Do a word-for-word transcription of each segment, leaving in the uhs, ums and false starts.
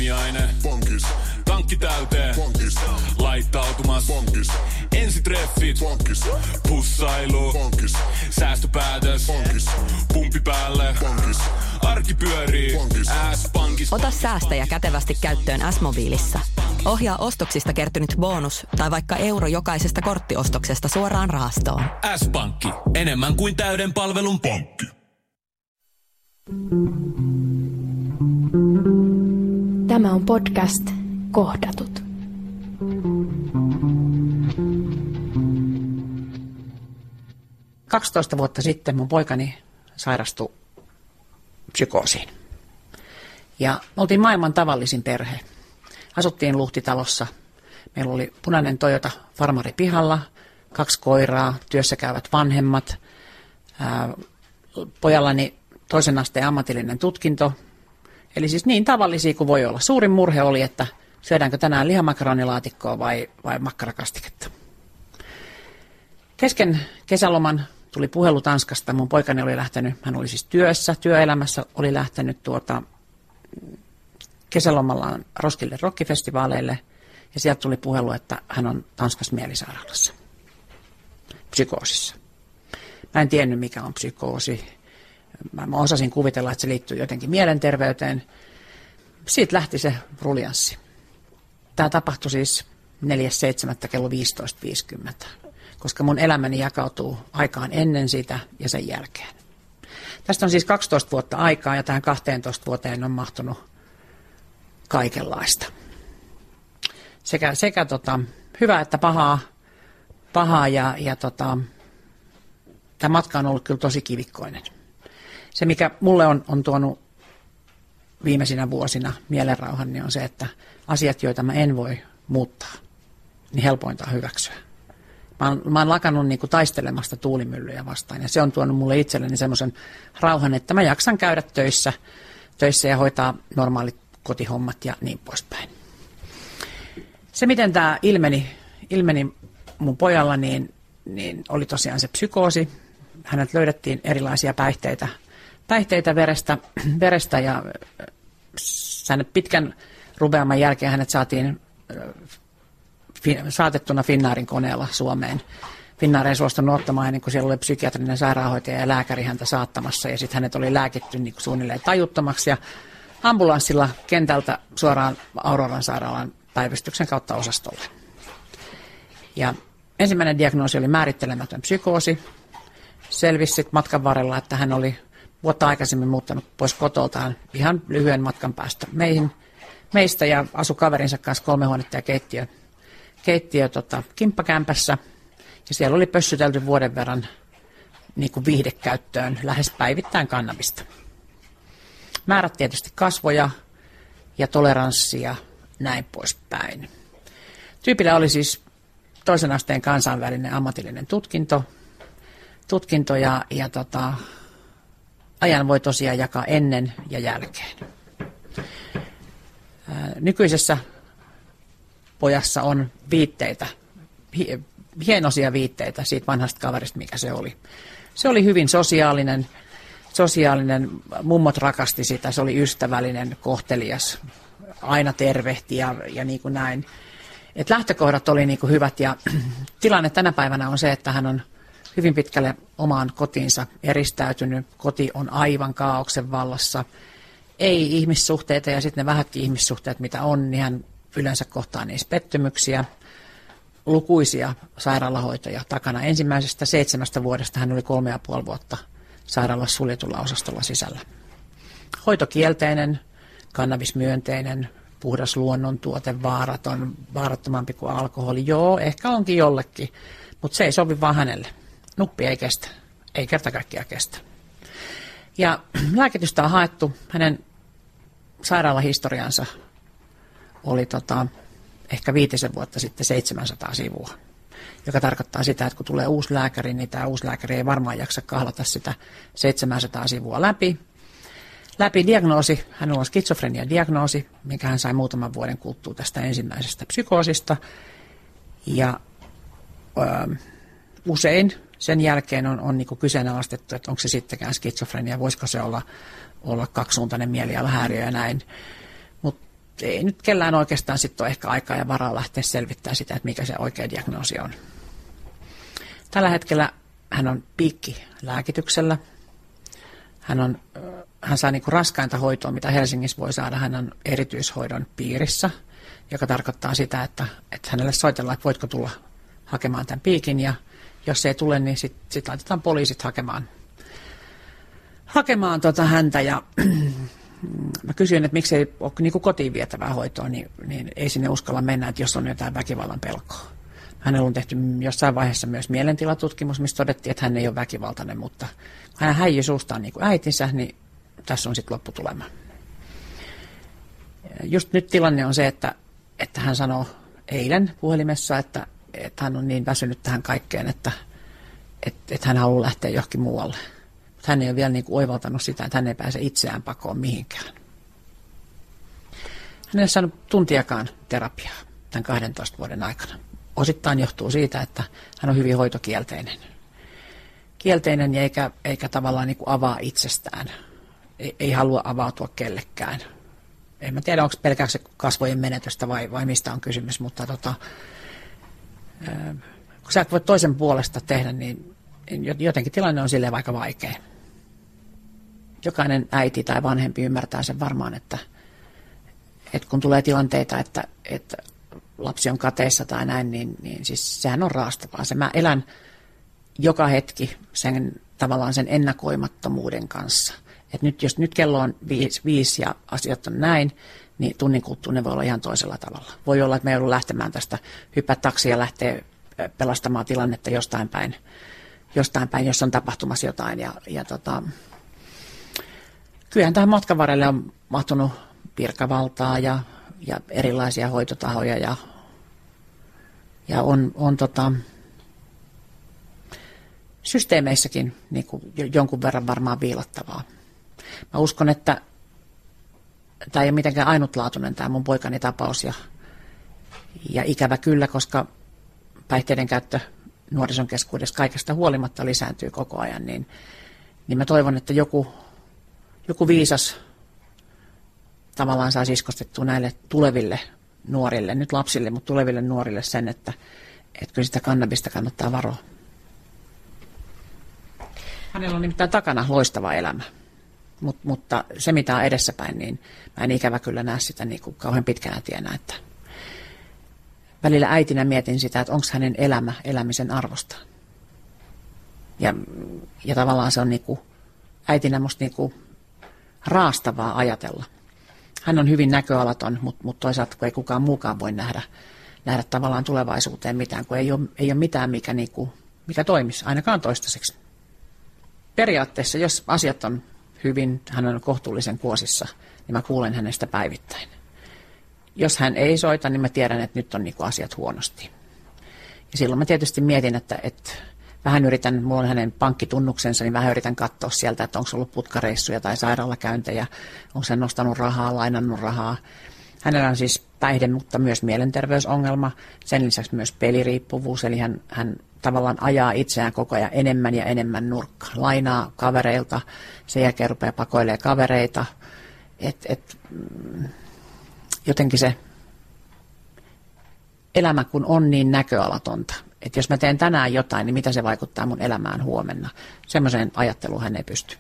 Aamiaine. Bonkis. Tankki täyteen. Bonkis. Laittautumas. Bonkis. Ensitreffit. Bonkis. Pussailu. Bonkis. Säästöpäätös. Bonkis. Pumpi päälle. Bonkis. Arki pyörii. Bonkis. S-pankis. Ota säästäjä kätevästi käyttöön S-mobiilissa. Ohjaa ostoksista kertynyt bonus tai vaikka euro jokaisesta korttiostoksesta suoraan rahastoon. S-pankki. Enemmän kuin täyden palvelun pankki. Tämä on podcast Kohdatut. kaksitoista vuotta sitten mun poikani sairastui psykoosiin. Ja me oltiin maailman tavallisin perhe. Asuttiin Luhtitalossa. Meillä oli punainen Toyota Farmari pihalla, kaksi koiraa, työssä käyvät vanhemmat. Ää, pojallani toisen asteen ammatillinen tutkinto. Eli siis niin tavallisia kuin voi olla. Suurin murhe oli, että syödäänkö tänään lihamakaroniilaatikkoa vai, vai makkarakastiketta. Kesken kesäloman tuli puhelu Tanskasta. Mun poikani oli lähtenyt, hän oli siis työssä, työelämässä, oli lähtenyt tuota, kesälomallaan Roskilde rockifestivaaleille. Ja sieltä tuli puhelu, että hän on Tanskassa mielisairaalassa, psykoosissa. Mä en tiennyt, mikä on psykoosi. Mä, mä osasin kuvitella, että se liittyy jotenkin mielenterveyteen. Siitä lähti se ruljanssi. Tämä tapahtui siis neljäs seitsemättä kello viisitoista viisikymmentä, koska mun elämäni jakautuu aikaan ennen sitä ja sen jälkeen. Tästä on siis kaksitoista vuotta aikaa ja tähän kahteentoista vuoteen on mahtunut kaikenlaista. Sekä, sekä tota, hyvää että pahaa, pahaa ja, ja tota, tämä matka on ollut kyllä tosi kivikkoinen. Se, mikä mulle on, on tuonut viimeisinä vuosina mielenrauhan, niin on se, että asiat, joita mä en voi muuttaa, niin helpointa on hyväksyä. Mä oon, mä oon lakannut niin kuin taistelemasta tuulimyllyjä vastaan, ja se on tuonut mulle itselleni semmoisen rauhan, että mä jaksan käydä töissä, töissä ja hoitaa normaalit kotihommat ja niin poispäin. Se, miten tämä ilmeni, ilmeni mun pojalla, niin, niin oli tosiaan se psykoosi. Hänet löydettiin erilaisia päihteitä, päihteitä verestä, verestä ja pitkän rupeaman jälkeen hänet saatiin saatettuna Finnairin koneella Suomeen. Finnair ei suostunut ottamaan ennen kuin siellä oli psykiatrinen sairaanhoitaja ja lääkäri häntä saattamassa. Ja sitten hänet oli lääkitty niin kuin suunnilleen tajuttomaksi ja ambulanssilla kentältä suoraan Auroran sairaalan päivystyksen kautta osastolle. Ja ensimmäinen diagnoosi oli määrittelemätön psykoosi. Selvisi sitten matkan varrella, että hän oli vuotta aikaisemmin muuttanut pois kotoltaan ihan lyhyen matkan päästä meihin, meistä ja asui kaverinsa kanssa kolme huonetta ja keittiö, keittiö tota, kimppakämpässä. Ja siellä oli pössytelty vuoden verran niin kuin viihdekäyttöön lähes päivittäin kannabista. Määrät tietysti kasvoja ja toleranssia näin poispäin. Tyypillä oli siis toisen asteen kansainvälinen ammatillinen tutkinto, tutkinto ja, ja tota, ajan voi tosiaan jakaa ennen ja jälkeen. Ää, nykyisessä pojassa on viitteitä, hienoisia viitteitä siitä vanhasta kaverista, mikä se oli. Se oli hyvin sosiaalinen, sosiaalinen, mummot rakasti sitä, se oli ystävällinen, kohtelias, aina tervehti ja, ja niin kuin näin. Et lähtökohdat oli niin kuin hyvät ja tilanne tänä päivänä on se, että hän on hyvin pitkälle omaan kotiinsa eristäytynyt. Koti on aivan kaaoksen vallassa. Ei ihmissuhteita ja sitten ne vähätkin ihmissuhteet, mitä on, niin hän yleensä kohtaa niissä pettymyksiä. Lukuisia sairaalahoitoja takana. Ensimmäisestä seitsemästä vuodesta hän oli kolme ja puoli vuotta sairaalassa suljetulla osastolla sisällä. Hoitokielteinen, kannabismyönteinen, puhdas luonnontuote, vaaraton, vaarattomampi kuin alkoholi. Joo, ehkä onkin jollekin, mutta se ei sovi vaan hänelle. Nuppi ei kestä, ei kerta kaikkiaan kestä. Ja lääkitystä on haettu. Hänen sairaalahistoriansa oli tota, ehkä viitisen vuotta sitten seitsemänsataa sivua, joka tarkoittaa sitä, että kun tulee uusi lääkäri, niin tämä uusi lääkäri ei varmaan jaksa kahlata sitä seitsemänsataa sivua läpi. Läpi diagnoosi, hänellä on skitsofrenia diagnoosi, minkä hän sai muutaman vuoden kuluttua tästä ensimmäisestä psykoosista. Ja ö, usein sen jälkeen on, on niin kuin kyseenalaistettu, että onko se sittenkään skitsofrenia, voisiko se olla, olla kaksisuuntainen mielialahäiriö ja näin. Mutta ei nyt kellään oikeastaan sitten ole ehkä aikaa ja varaa lähteä selvittämään sitä, että mikä se oikea diagnoosi on. Tällä hetkellä hän on piikkilääkityksellä. Hän, on, hän saa niin kuin raskainta hoitoa, mitä Helsingissä voi saada. Hän on erityishoidon piirissä, joka tarkoittaa sitä, että, että hänelle soitellaan, että voitko tulla hakemaan tämän piikin. Ja jos se ei tule, niin sitten sit laitetaan poliisit hakemaan, hakemaan tota häntä. Ja mä kysyin, että miksei ole niin kuin kotiin vietävää hoitoa, niin, niin ei sinne uskalla mennä, että jos on jotain väkivallan pelkoa. Hänellä on tehty jossain vaiheessa myös mielentilatutkimus, missä todettiin, että hän ei ole väkivaltainen, mutta kun hän häijy suustaan niin kuin äitinsä, niin tässä on sitten lopputulema. Just nyt tilanne on se, että, että hän sanoi eilen puhelimessa, että, että hän on niin väsynyt tähän kaikkeen, että, että, että hän haluaa lähteä johonkin muualle. Mutta hän ei ole vielä niin kuin oivaltanut sitä, että hän ei pääse itseään pakoon mihinkään. Hän ei ole saanut tuntiakaan terapiaa tämän kahdentoista vuoden aikana. Osittain johtuu siitä, että hän on hyvin hoitokielteinen. Kielteinen eikä, eikä tavallaan niin kuin avaa itsestään. Ei, ei halua avautua kellekään. En mä tiedä, onko pelkääkö se kasvojen menetystä vai, vai mistä on kysymys, mutta tota, kun sä et voi toisen puolesta tehdä, niin jotenkin tilanne on silleen vaikka vaikea. Jokainen äiti tai vanhempi ymmärtää sen varmaan, että, että kun tulee tilanteita, että, että lapsi on kateissa tai näin, niin, niin siis sehän on raastavaa. Se mä elän joka hetki sen tavallaan sen ennakoimattomuuden kanssa. Et nyt, jos nyt kello on viisi, viisi ja asiat on näin, niin tunnin kuluttua ne voi olla ihan toisella tavalla. Voi olla, että me joudun lähtemään tästä, hyppää taksiin ja lähteä pelastamaan tilannetta jostain päin, jostain päin jos on tapahtumassa jotain. Ja, ja tota, kyllähän tähän matkan varrelle on mahtunut virkavaltaa ja, ja erilaisia hoitotahoja ja, ja on, on tota, systeemeissäkin niin kuin jonkun verran varmaan viilattavaa. Mä uskon, että tämä ei ole mitenkään ainutlaatuinen tämä mun poikani tapaus ja, ja ikävä kyllä, koska päihteiden käyttö nuorison keskuudessa kaikesta huolimatta lisääntyy koko ajan, niin, niin mä toivon, että joku, joku viisas tavallaan saisi iskostettua näille tuleville nuorille, nyt lapsille, mutta tuleville nuorille sen, että, että kyllä sitä kannabista kannattaa varoa. Hänellä on nimittäin takana loistava elämä, Mut, mutta se mitä on edessäpäin, niin mä en ikävä kyllä näe sitä niin kuin kauhean pitkänä tienä. Että välillä äitinä mietin sitä, että onko hänen elämä elämisen arvosta. Ja, ja tavallaan se on niin kuin, äitinä musta niin kuin raastavaa ajatella. Hän on hyvin näköalaton, mutta, mutta toisaalta kun ei kukaan muukaan voi nähdä, nähdä tavallaan tulevaisuuteen mitään, kun ei ole, ei ole mitään, mikä, niin kuin, mikä toimisi, ainakaan toistaiseksi. Periaatteessa, jos asiat on hyvin, hän on kohtuullisen kuosissa, niin mä kuulen hänestä päivittäin. Jos hän ei soita, niin mä tiedän, että nyt on niin kuin asiat huonosti. Ja silloin mä tietysti mietin, että, että vähän yritän, mulla on hänen pankkitunnuksensa, niin vähän yritän katsoa sieltä, että onko ollut putkareissuja tai sairaalakäyntejä, onko hän nostanut rahaa, lainannut rahaa. Hänellä on siis päihde, mutta myös mielenterveysongelma, sen lisäksi myös peliriippuvuus, eli hän, hän tavallaan ajaa itseään koko ajan enemmän ja enemmän nurkkaan. Lainaa kavereilta, sen jälkeen rupeaa pakoilemaan kavereita. Et, et, jotenkin se elämä kun on niin näköalatonta, että jos mä teen tänään jotain, niin mitä se vaikuttaa mun elämään huomenna. Semmoiseen ajatteluun hän ei pysty.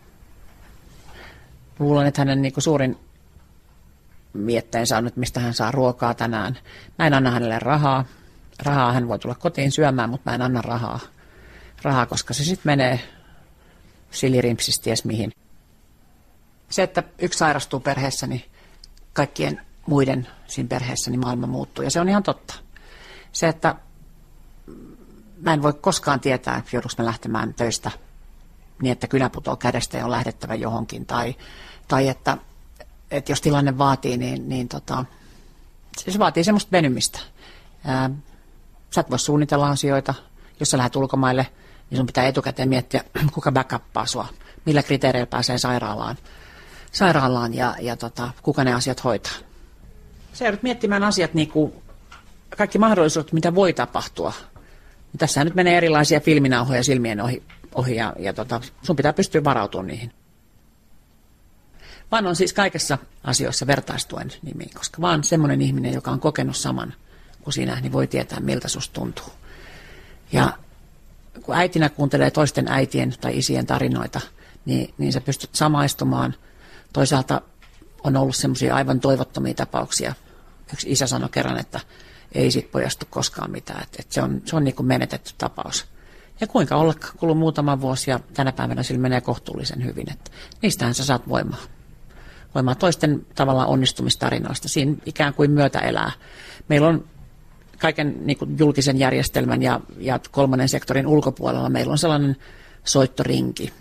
Luulen, että hänen niin kuin suurin mietteensä on nyt, mistä hän saa ruokaa tänään. Mä en anna hänelle rahaa. Rahaa hän voi tulla kotiin syömään, mutta mä en anna rahaa, rahaa koska se sitten menee silirimpsistä ties mihin. Se, että yksi sairastuu perheessä, niin kaikkien muiden siinä perheessä niin maailma muuttuu. Ja se on ihan totta. Se, että mä en voi koskaan tietää, että joudunko mä lähtemään töistä niin, että kynä putoo kädestä ja on lähdettävä johonkin. Tai, tai että, että jos tilanne vaatii, niin, niin tota, se vaatii semmoista venymistä. Ää, Sä et voi suunnitella asioita. Jos sä lähdet ulkomaille, niin sun pitää etukäteen miettiä, kuka backuppaa sua, millä kriteereillä pääsee sairaalaan, sairaalaan ja, ja tota, kuka ne asiat hoitaa. Sä joudut miettimään asiat, niin kuin kaikki mahdollisuudet, mitä voi tapahtua. Tässä nyt menee erilaisia filminauhoja silmien ohi, ohi ja, ja tota, sun pitää pystyä varautumaan niihin. Vaan on siis kaikessa asioissa vertaistuen nimi, koska vaan semmoinen ihminen, joka on kokenut saman kuin sinä, niin voi tietää, miltä susta tuntuu. Ja kun äitinä kuuntelee toisten äitien tai isien tarinoita, niin, niin sä pystyt samaistumaan. Toisaalta on ollut semmoisia aivan toivottomia tapauksia. Yksi isä sanoi kerran, että ei sit pojastu koskaan mitään, että, että se on, se on niin kuin menetetty tapaus. Ja kuinka ollakaan, kuluu muutama vuosi ja tänä päivänä sillä menee kohtuullisen hyvin, että niistähän sä saat voimaa. Voimaa toisten tavallaan onnistumistarinoista, siinä ikään kuin myötä elää. Meillä on kaiken niin kuin julkisen järjestelmän ja, ja kolmannen sektorin ulkopuolella meillä on sellainen soittorinki.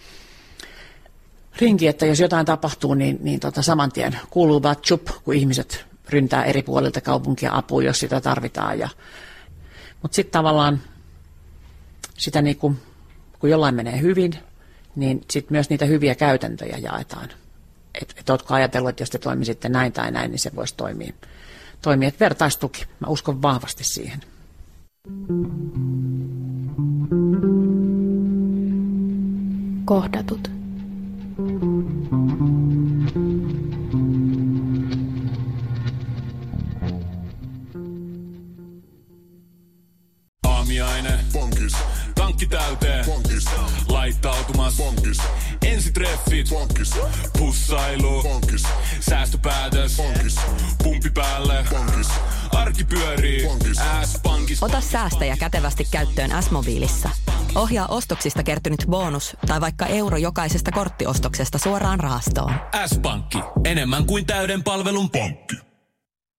Rinki, että jos jotain tapahtuu, niin, niin tota, saman tien kuuluu vaan chup, kun ihmiset ryntää eri puolilta kaupunkia apua, jos sitä tarvitaan. Ja, mutta sitten tavallaan sitä niin kuin, kun jollain menee hyvin, niin sitten myös niitä hyviä käytäntöjä jaetaan. Että et ootko ajatellut, että jos te toimisitte näin tai näin, niin se voisi toimia. Toimii, että vertaistuki. Mä uskon vahvasti siihen. Kohdatut. Aamiaine. Bonkis. Tankki täyteen. Bonkis. Laittautumas. Bonkis. Ensitreffit. Bonkis. Pussailu. Bonkis. Säästöpäätös. Bonkis. Pumpi päälle. Bonkis. Arki pyörii. S-pankis. Ota säästäjä kätevästi käyttöön S-mobiilissa. Ohjaa ostoksista kertynyt bonus tai vaikka euro jokaisesta korttiostoksesta suoraan rahastoon. S-pankki. Enemmän kuin täyden palvelun pankki.